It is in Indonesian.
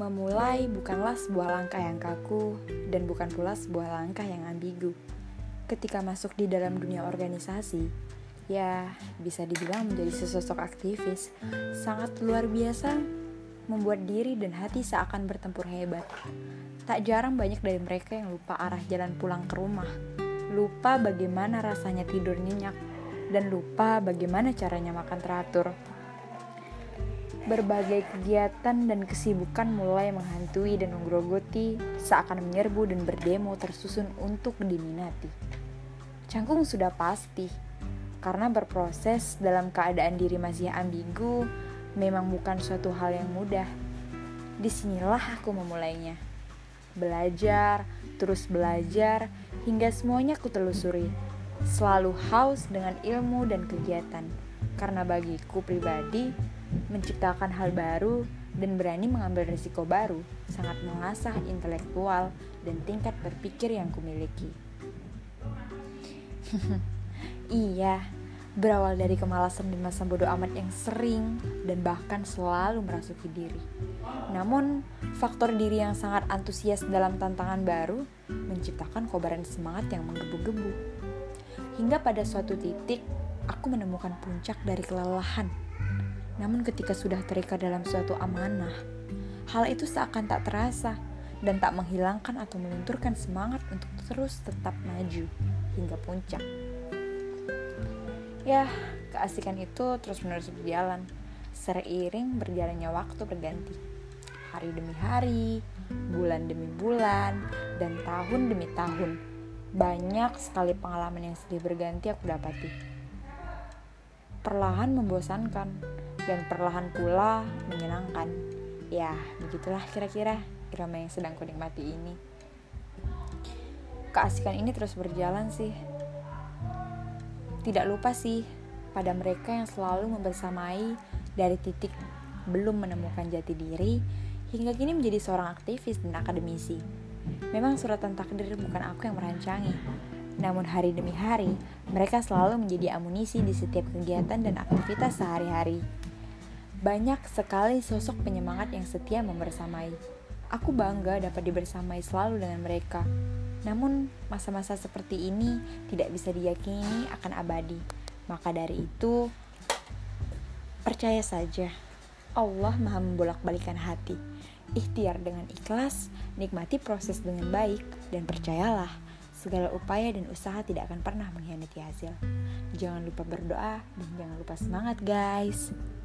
Memulai bukanlah sebuah langkah yang kaku dan bukan pula sebuah langkah yang ambigu. Ketika masuk di dalam dunia organisasi, ya bisa dibilang menjadi sesosok aktivis, sangat luar biasa, membuat diri dan hati seakan bertempur hebat. Tak jarang banyak dari mereka yang lupa arah jalan pulang ke rumah, lupa bagaimana rasanya tidur nyenyak, dan lupa bagaimana caranya makan teratur. Berbagai kegiatan dan kesibukan mulai menghantui dan menggerogoti, seakan menyerbu dan berdemo tersusun untuk diminati. Canggung sudah pasti, karena berproses dalam keadaan diri masih ambigu memang bukan suatu hal yang mudah. Disinilah aku memulainya. Belajar, terus belajar, hingga semuanya kutelusuri. Selalu haus dengan ilmu dan kegiatan, karena bagiku pribadi, menciptakan hal baru dan berani mengambil risiko baru sangat mengasah intelektual dan tingkat berpikir yang kumiliki. Iya, berawal dari kemalasan dan masa bodoh amat yang sering dan bahkan selalu merasuki diri. Namun, faktor diri yang sangat antusias dalam tantangan baru menciptakan kobaran semangat yang menggebu-gebu. Hingga pada suatu titik, aku menemukan puncak dari kelelahan. Namun ketika sudah terikat dalam suatu amanah, hal itu seakan tak terasa dan tak menghilangkan atau melunturkan semangat untuk terus tetap maju hingga puncak. Ya, keasikan itu terus-menerus berjalan, seiring berjalannya waktu berganti. Hari demi hari, bulan demi bulan, dan tahun demi tahun. Banyak sekali pengalaman yang silih berganti aku dapati. Perlahan membosankan, dan perlahan pula menyenangkan. Ya, begitulah kira-kira irama yang sedang kunikmati ini. Keasikan ini terus berjalan sih. Tidak lupa sih pada mereka yang selalu membersamai dari titik belum menemukan jati diri hingga kini menjadi seorang aktivis dan akademisi. Memang suratan takdir bukan aku yang merancangi, namun hari demi hari mereka selalu menjadi amunisi di setiap kegiatan dan aktivitas sehari-hari. Banyak sekali sosok penyemangat yang setia membersamai. Aku bangga dapat dibersamai selalu dengan mereka. Namun, masa-masa seperti ini tidak bisa diyakini akan abadi. Maka dari itu, percaya saja, Allah Maha membolak-balikan hati. Ikhtiar dengan ikhlas, nikmati proses dengan baik, dan percayalah, segala upaya dan usaha tidak akan pernah mengkhianati hasil. Jangan lupa berdoa, dan jangan lupa semangat guys.